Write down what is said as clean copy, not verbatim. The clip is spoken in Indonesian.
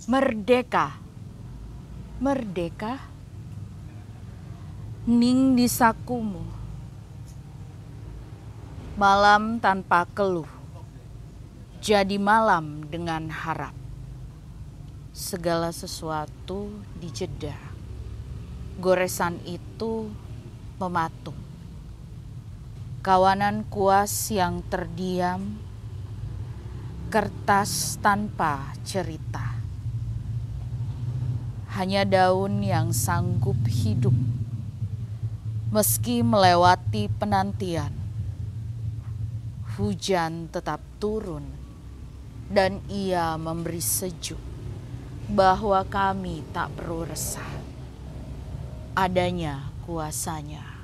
Merdeka, merdeka, ning di sakumu. Malam tanpa keluh, jadi malam dengan harap. Segala sesuatu dijeda, goresan itu mematung. Kawanan kuas yang terdiam, kertas tanpa cerita. Hanya daun yang sanggup hidup, meski melewati penantian. Hujan tetap turun, dan ia memberi sejuk bahwa kami tak perlu resah. Adanya kuasanya.